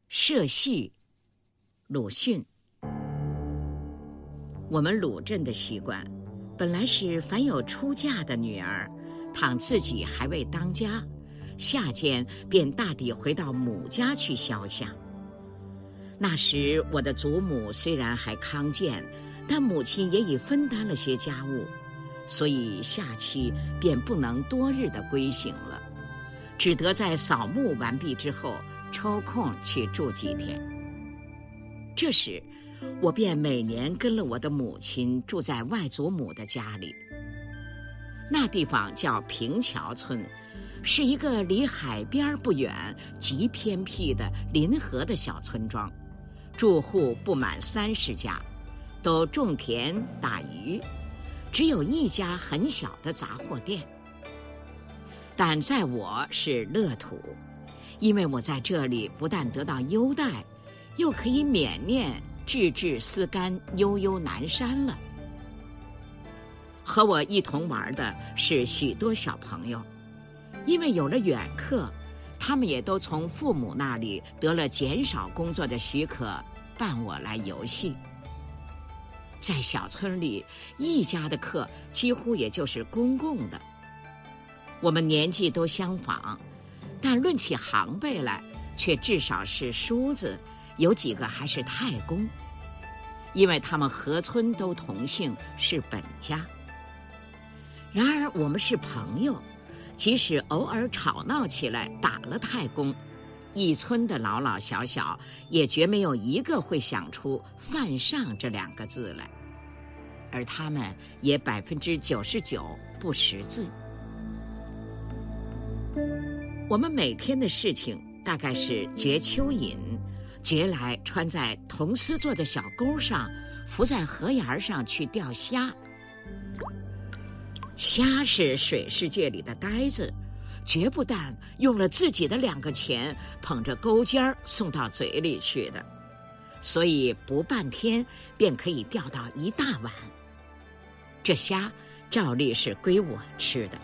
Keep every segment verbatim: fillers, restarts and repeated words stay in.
社戏，鲁迅。我们鲁镇的习惯，本来是凡有出嫁的女儿，倘自己还未当家，夏间便大抵回到母家去消夏。那时我的祖母虽然还康健，但母亲也已分担了些家务，所以夏期便不能多日的归省了，只得在扫墓完毕之后抽空去住几天。这时我便每年跟了我的母亲住在外祖母的家里。那地方叫平桥村，是一个离海边不远、极偏僻的临河的小村庄，住户不满三十家，都种田打鱼，只有一家很小的杂货店。但在我是乐土，因为我在这里不但得到优待，又可以免念志志思甘，悠悠南山了。和我一同玩的是许多小朋友，因为有了远客，他们也都从父母那里得了减少工作的许可，伴我来游戏。在小村里，一家的客几乎也就是公共的。我们年纪都相仿，但论起行辈来，却至少是叔子，有几个还是太公，因为他们河村都同姓，是本家。然而我们是朋友，即使偶尔吵闹起来打了太公，一村的老老小小也绝没有一个会想出犯上这两个字来，而他们也百分之九十九不识字。我们每天的事情大概是掘蚯蚓，掘来穿在铜丝做的小钩上，浮在河沿上去钓虾。虾是水世界里的呆子，绝不但用了自己的两个钱捧着钩尖送到嘴里去的，所以不半天便可以钓到一大碗。这虾照例是归我吃的。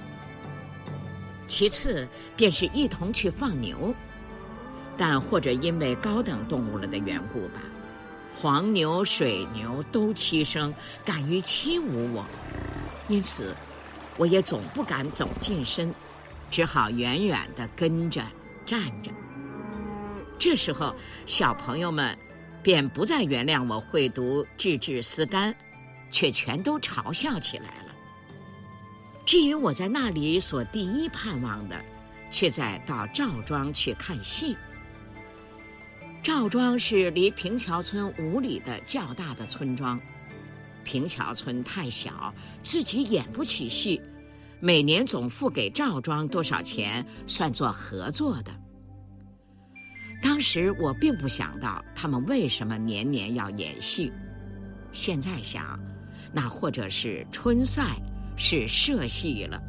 其次便是一同去放牛，但或者因为高等动物了的缘故吧，黄牛水牛都欺生，敢于欺侮我，因此我也总不敢走近身，只好远远地跟着站着。这时候小朋友们便不再原谅我会读志志思甘，却全都嘲笑起来了。至于我在那里所第一盼望的，却在到赵庄去看戏。赵庄是离平桥村五里的较大的村庄，平桥村太小，自己演不起戏，每年总付给赵庄多少钱，算作合作的。当时我并不想到他们为什么年年要演戏，现在想，那或者是春赛，是社戏了。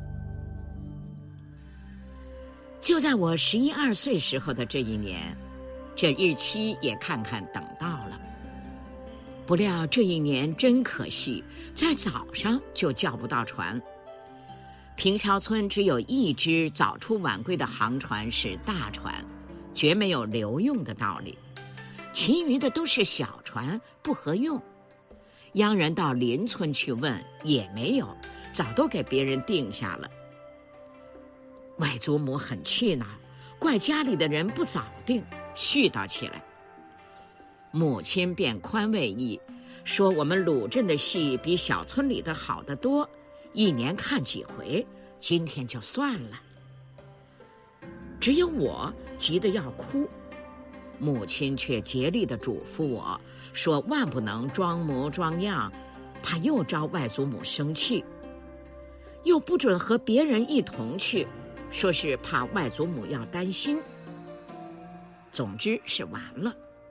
就在我十一二岁时候的这一年，这日期也看看等到了。不料这一年真可惜，在早上就叫不到船。平桥村只有一只早出晚归的航船是大船，绝没有留用的道理，其余的都是小船，不合用。央人到邻村去问，也没有，早都给别人定下了。外祖母很气恼，怪家里的人不早定，絮叨起来。母亲便宽慰意，说我们鲁镇的戏比小村里的好得多，一年看几回，今天就算了。只有我急得要哭，母亲却竭力地嘱咐我，说万不能装模装样，怕又招外祖母生气，又不准和别人一同去，说是怕外祖母要担心。总之是完了。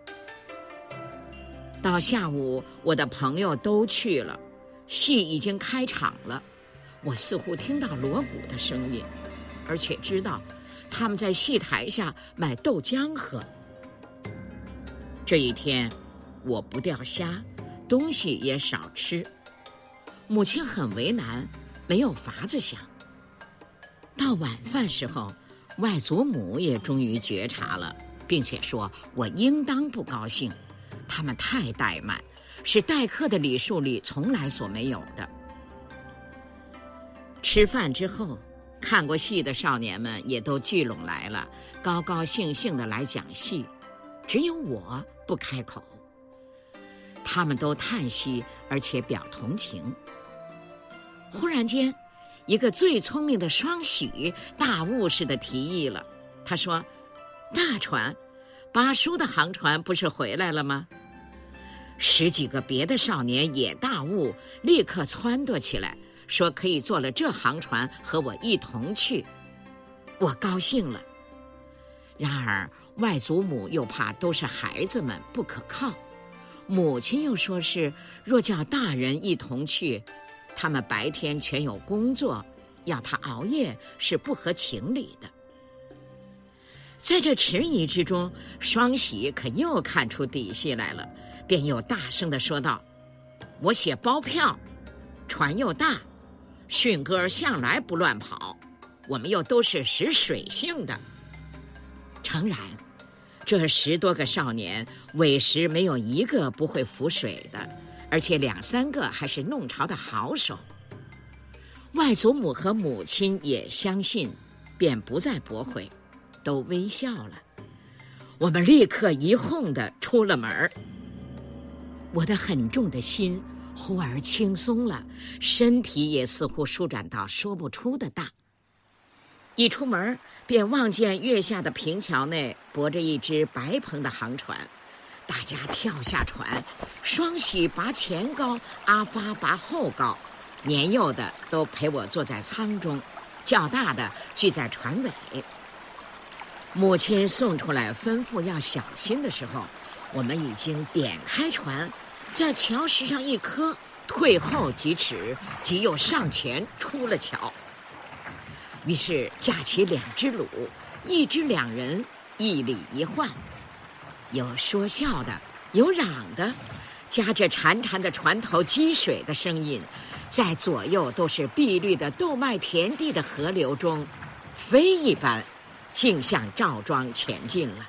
到下午，我的朋友都去了，戏已经开场了，我似乎听到锣鼓的声音，而且知道他们在戏台下买豆浆喝。这一天我不钓虾，东西也少吃，母亲很为难，没有法子想。到晚饭时候，外祖母也终于觉察了， 并且说我应当不高兴，他们太怠慢，是待客的礼数里从来所没有的。吃饭之后，看过戏的少年们也都聚拢来了，高高兴兴地来讲戏，只有我不开口。他们都叹息，而且表同情。忽然间，一个最聪明的双喜大悟似的提议了，他说：大船，巴叔的航船不是回来了吗？十几个别的少年也大悟，立刻撺掇起来，说可以坐了这航船和我一同去。我高兴了。然而外祖母又怕都是孩子们不可靠，母亲又说是若叫大人一同去，他们白天全有工作，要他熬夜是不合情理的。在这迟疑之中，双喜可又看出底细来了，便又大声地说道：我写包票，船又大，迅哥向来不乱跑，我们又都是识水性的。诚然，这十多个少年委实没有一个不会浮水的，而且两三个还是弄潮的好手。外祖母和母亲也相信，便不再驳回，都微笑了。我们立刻一哄的出了门。我的很重的心忽而轻松了，身体也似乎舒展到说不出的大。一出门，便望见月下的平桥内泊着一只白篷的航船，大家跳下船，双喜拔前高，阿发拔后高，年幼的都陪我坐在舱中，较大的聚在船尾。母亲送出来吩咐要小心的时候，我们已经点开船，在桥石上一磕，退后几尺，即又上前出了桥。于是架起两只橹，一只两人，一里一换，有说笑的，有嚷的，夹着潺潺的船头积水的声音，在左右都是碧绿的豆麦田地的河流中，飞一般竟向赵庄前进了。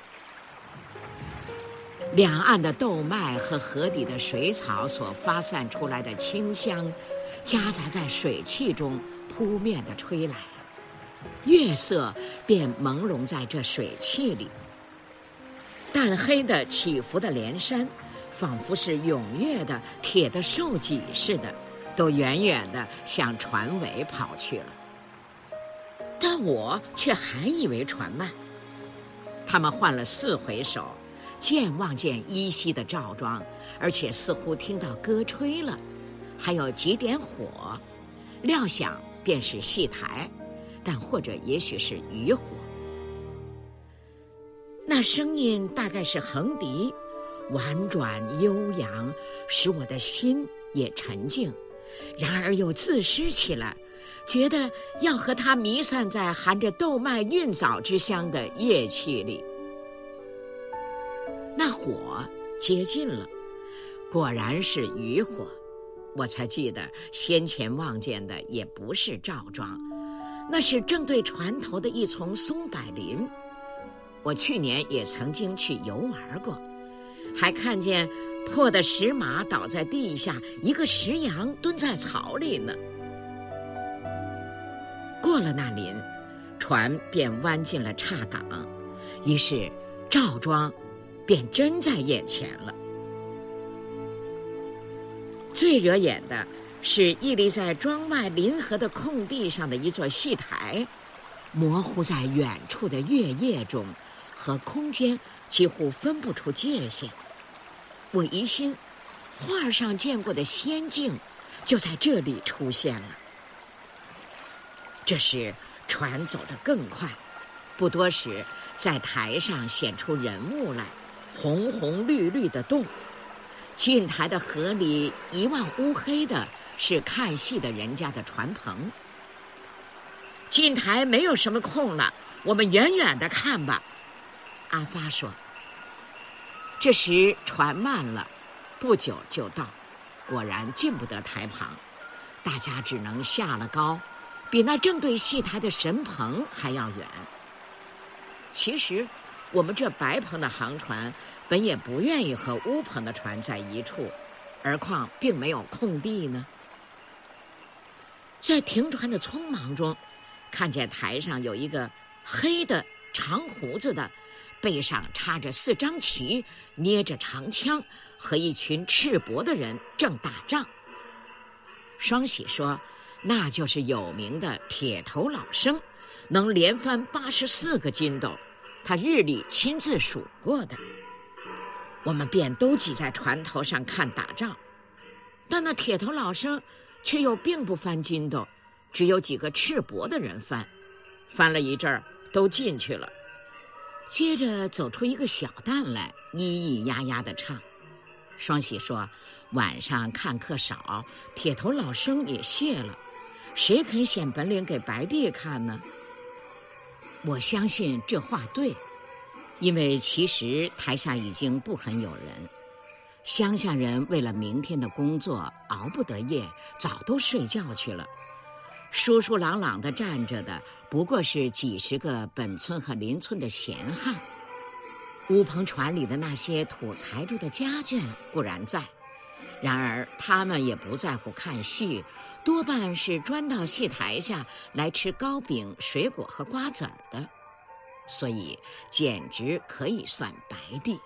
两岸的豆麦和河底的水草所发散出来的清香，夹杂在水汽中扑面地吹来，月色便朦胧在这水汽里。淡黑的起伏的连山，仿佛是踊跃的铁的兽脊似的，都远远地向船尾跑去了。但我却还以为船慢。他们换了四回手，渐望见依稀的赵庄，而且似乎听到歌吹了，还有几点火，料想便是戏台，但或者也许是渔火。那声音大概是横笛，婉转悠扬，使我的心也沉静，然而又自失起来，觉得要和它弥散在含着豆麦韵枣之香的夜气里。那火接近了，果然是渔火，我才记得先前望见的也不是赵庄，那是正对船头的一丛松柏林。我去年也曾经去游玩过，还看见破的石马倒在地下，一个石羊蹲在草里呢。过了那林，船便弯进了岔港，于是赵庄便真在眼前了。最惹眼的是屹立在庄外临河的空地上的一座戏台，模糊在远处的月夜中，和空间几乎分不出界限。我疑心画上见过的仙境就在这里出现了。这时船走得更快，不多时在台上显出人物来，红红绿绿的洞。近台的河里一望乌黑的是看戏的人家的船棚。近台没有什么空了，我们远远地看吧，阿发说。这时船慢了，不久就到，果然进不得台旁，大家只能下了高，比那正对戏台的神棚还要远。其实我们这白篷的航船本也不愿意和乌篷的船在一处，何况并没有空地呢。在停船的匆忙中，看见台上有一个黑的长胡子的，背上插着四张旗，捏着长枪，和一群赤膊的人正打仗。双喜说，那就是有名的铁头老生，能连翻八十四个筋斗，他日历亲自数过的。我们便都挤在船头上看打仗，但那铁头老生却又并不翻筋斗，只有几个赤膊的人翻，翻了一阵儿都进去了。接着走出一个小旦来，咿咿呀呀地唱。双喜说，晚上看客少，铁头老生也谢了，谁肯显本领给白帝看呢？我相信这话对，因为其实台下已经不很有人，乡下人为了明天的工作熬不得夜，早都睡觉去了。疏疏朗朗地站着的不过是几十个本村和邻村的闲汉。乌篷船里的那些土财主的家眷固然在，然而他们也不在乎看戏，多半是专到戏台下来吃糕饼、水果和瓜子儿的，所以简直可以算白地。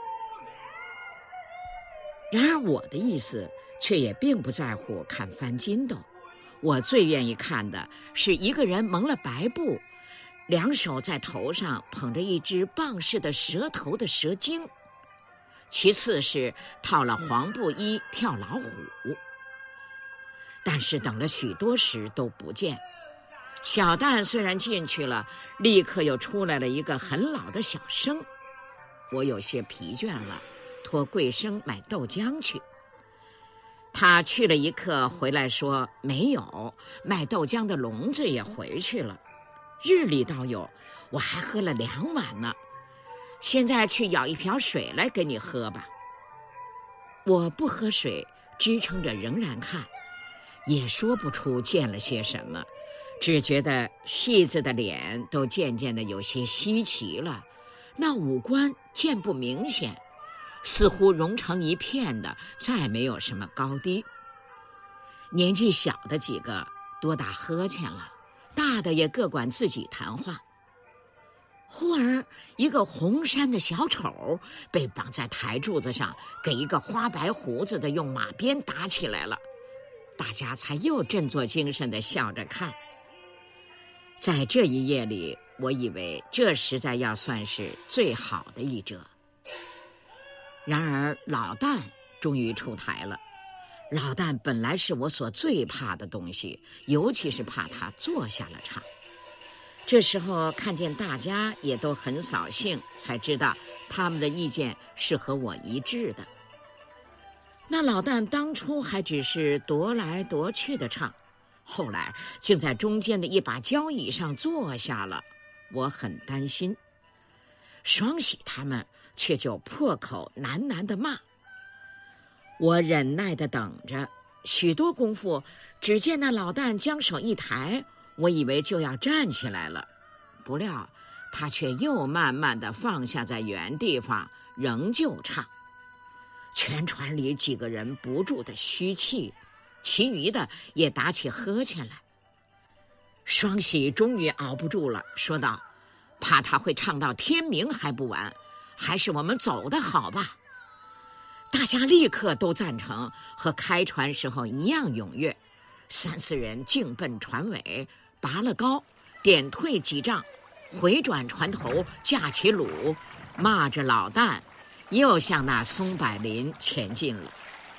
然而我的意思却也并不在乎看翻筋斗，我最愿意看的是一个人蒙了白布，两手在头上捧着一只棒似的蛇头的蛇精，其次是套了黄布衣跳老虎。但是等了许多时都不见。小旦虽然进去了，立刻又出来了一个很老的小生。我有些疲倦了，托贵生买豆浆去。他去了一刻回来说没有，卖豆浆的笼子也回去了。日里倒有，我还喝了两碗呢，现在去舀一瓢水来给你喝吧。我不喝水，支撑着仍然看，也说不出见了些什么，只觉得戏子的脸都渐渐的有些稀奇了，那五官渐不明显，似乎融成一片的，再没有什么高低。年纪小的几个多打呵欠了，大的也各管自己谈话。忽而一个红衫的小丑被绑在台柱子上，给一个花白胡子的用马鞭打起来了，大家才又振作精神地笑着看。在这一夜里，我以为这实在要算是最好的一折。然而老旦终于出台了。老旦本来是我所最怕的东西，尤其是怕他坐下了唱。这时候看见大家也都很扫兴，才知道他们的意见是和我一致的。那老旦当初还只是踱来踱去的唱，后来竟在中间的一把交椅上坐下了，我很担心。双喜他们却就破口喃喃地骂。我忍耐地等着，许多功夫，只见那老旦将手一抬，我以为就要站起来了，不料他却又慢慢地放下在原地方，仍旧唱。全船里几个人不住的嘘气，其余的也打起呵欠来。双喜终于熬不住了，说道：怕他会唱到天明还不完，还是我们走的好吧。大家立刻都赞成，和开船时候一样踊跃，三四人径奔船尾，拔了篙，点退几丈，回转船头，架起橹，骂着老旦，又向那松柏林前进了。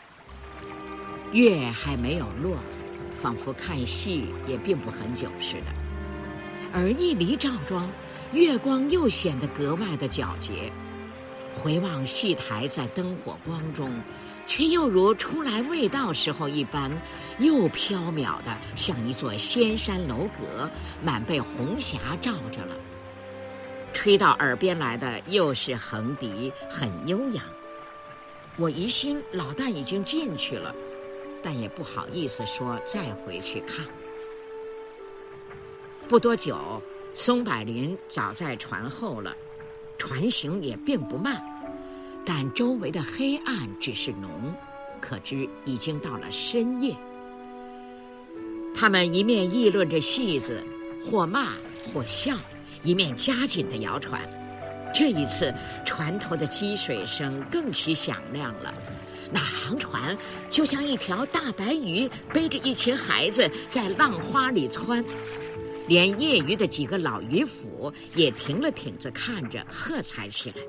月还没有落，仿佛看戏也并不很久似的，而一离赵庄，月光又显得格外的皎洁。回望戏台在灯火光中，却又如初来未到时候一般，又缥缈的像一座仙山楼阁，满被红霞照着了。吹到耳边来的又是横笛，很悠扬。我疑心老旦已经进去了，但也不好意思说再回去看。不多久，松柏林早在船后了。 船行也并不慢，但周围的黑暗只是浓，可知已经到了深夜。他们一面议论着戏子，或骂或笑，一面加紧地摇船。这一次，船头的击水声更其响亮了。那航船就像一条大白鱼背着一群孩子在浪花里窜，连业余的几个老渔夫也停了艇子看着，喝彩起来。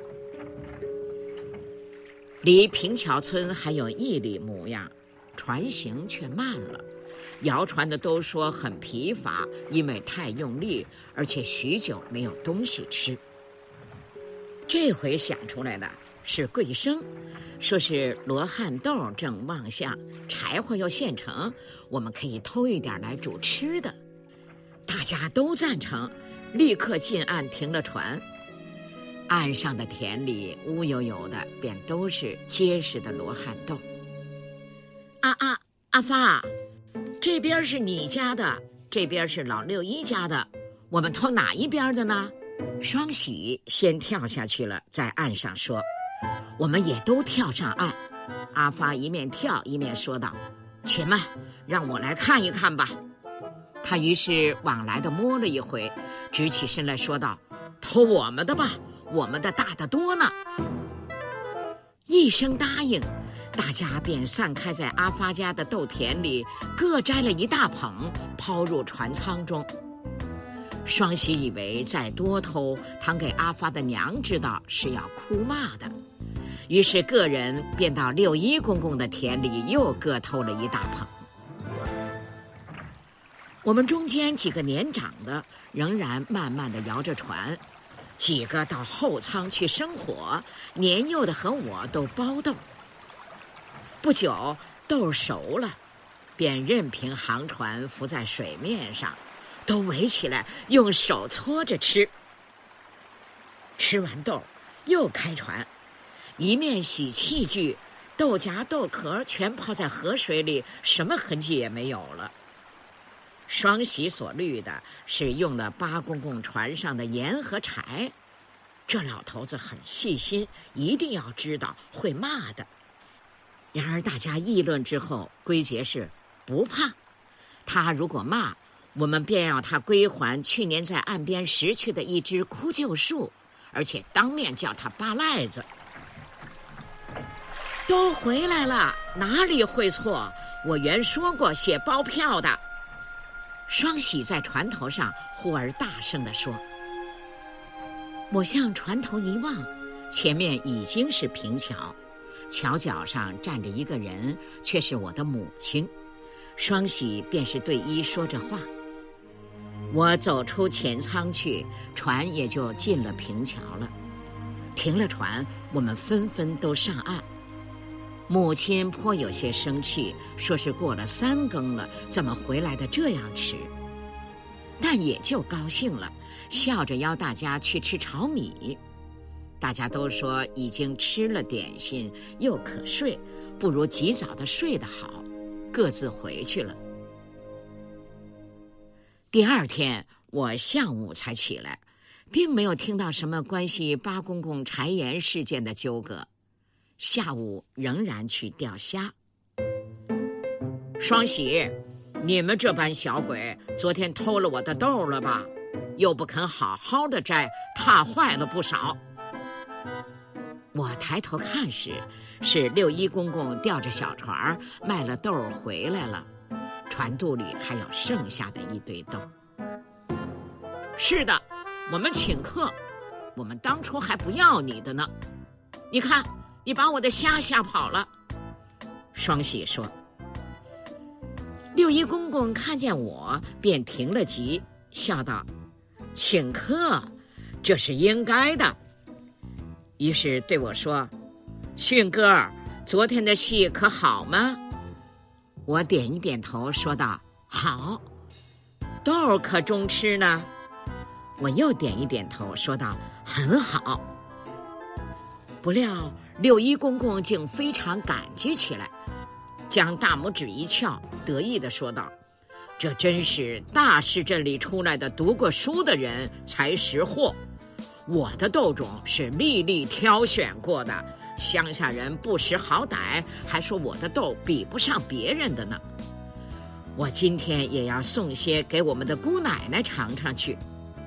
离平桥村还有一里模样，船行却慢了。摇船的都说很疲乏，因为太用力，而且许久没有东西吃。这回想出来的是桂生，说是罗汉豆正旺相，柴火又现成，我们可以偷一点来煮吃的。大家都赞成，立刻进岸停了船。岸上的田里乌油油的，便都是结实的罗汉豆。啊啊，阿发，这边是你家的，这边是老六一家的，我们偷哪一边的呢？双喜先跳下去了，在岸上说。我们也都跳上岸。阿发一面跳一面说道：且慢，让我来看一看吧。他于是往来的摸了一回，直起身来说道：偷我们的吧，我们的大得多呢。一声答应，大家便散开在阿发家的豆田里，各摘了一大捧，抛入船舱中。双喜以为再多偷，倘给阿发的娘知道，是要哭骂的，于是个人便到六一公公的田里又各偷了一大捧。我们中间几个年长的仍然慢慢地摇着船，几个到后舱去生火，年幼的和我都包豆。不久豆熟了，便任凭航船浮在水面上，都围起来用手搓着吃。吃完豆又开船，一面洗器具，豆荚豆壳全泡在河水里，什么痕迹也没有了。双喜所虑的是用了八公公船上的盐和柴，这老头子很细心，一定要知道，会骂的。然而大家议论之后，归结是不怕，他如果骂，我们便要他归还去年在岸边拾去的一只枯柩树，而且当面叫他扒赖子。都回来了，哪里会错？我原说过写包票的。双喜在船头上忽而大声地说。我向船头一望，前面已经是平桥，桥脚上站着一个人，却是我的母亲。双喜便是对一说着话。我走出前舱去，船也就进了平桥了。停了船，我们纷纷都上岸。母亲颇有些生气，说是过了三更了，怎么回来的这样迟？但也就高兴了，笑着邀大家去吃炒米。大家都说已经吃了点心，又可睡，不如及早的睡得好，各自回去了。第二天我下午才起来，并没有听到什么关系八公公柴盐事件的纠葛。下午仍然去钓虾。双喜，你们这班小鬼昨天偷了我的豆了吧？又不肯好好的摘，踏坏了不少。我抬头看时，是六一公公吊着小船卖了豆回来了，船肚里还有剩下的一堆豆。是的，我们请客，我们当初还不要你的呢。你看，你把我的虾吓跑了。双喜说。六一公公看见我，便停了急，笑道：请客，这是应该的。于是对我说：迅哥，昨天的戏可好吗？我点一点头，说道：好。豆可中吃呢？我又点一点头，说道：很好。不料六一公公竟非常感激起来，将大拇指一翘，得意地说道：这真是大市镇里出来的读过书的人才识货， 我的豆种是粒粒挑选过的，乡下人不识好歹，还说我的豆比不上别人的呢。我今天也要送些给我们的姑奶奶尝尝去。”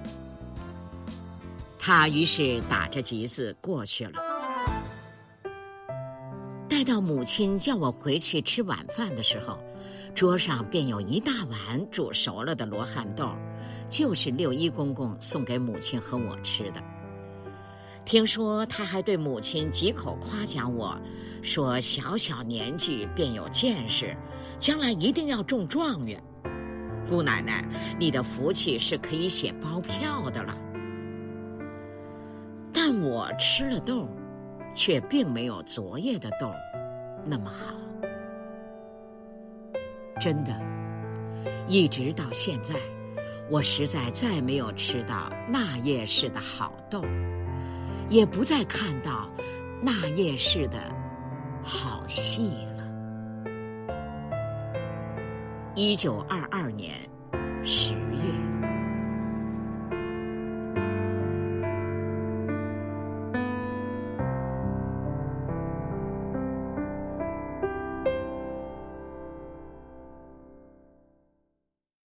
他于是打着集子过去了。待到母亲叫我回去吃晚饭的时候，桌上便有一大碗煮熟了的罗汉豆，就是六一公公送给母亲和我吃的。听说他还对母亲几口夸奖我，说小小年纪便有见识，将来一定要中状元。姑奶奶，你的福气是可以写包票的了。但我吃了豆，却并没有昨夜的豆那么好。真的，一直到现在，我实在再没有吃到那夜市的好豆，也不再看到那夜市的好戏了。一九二二年十月。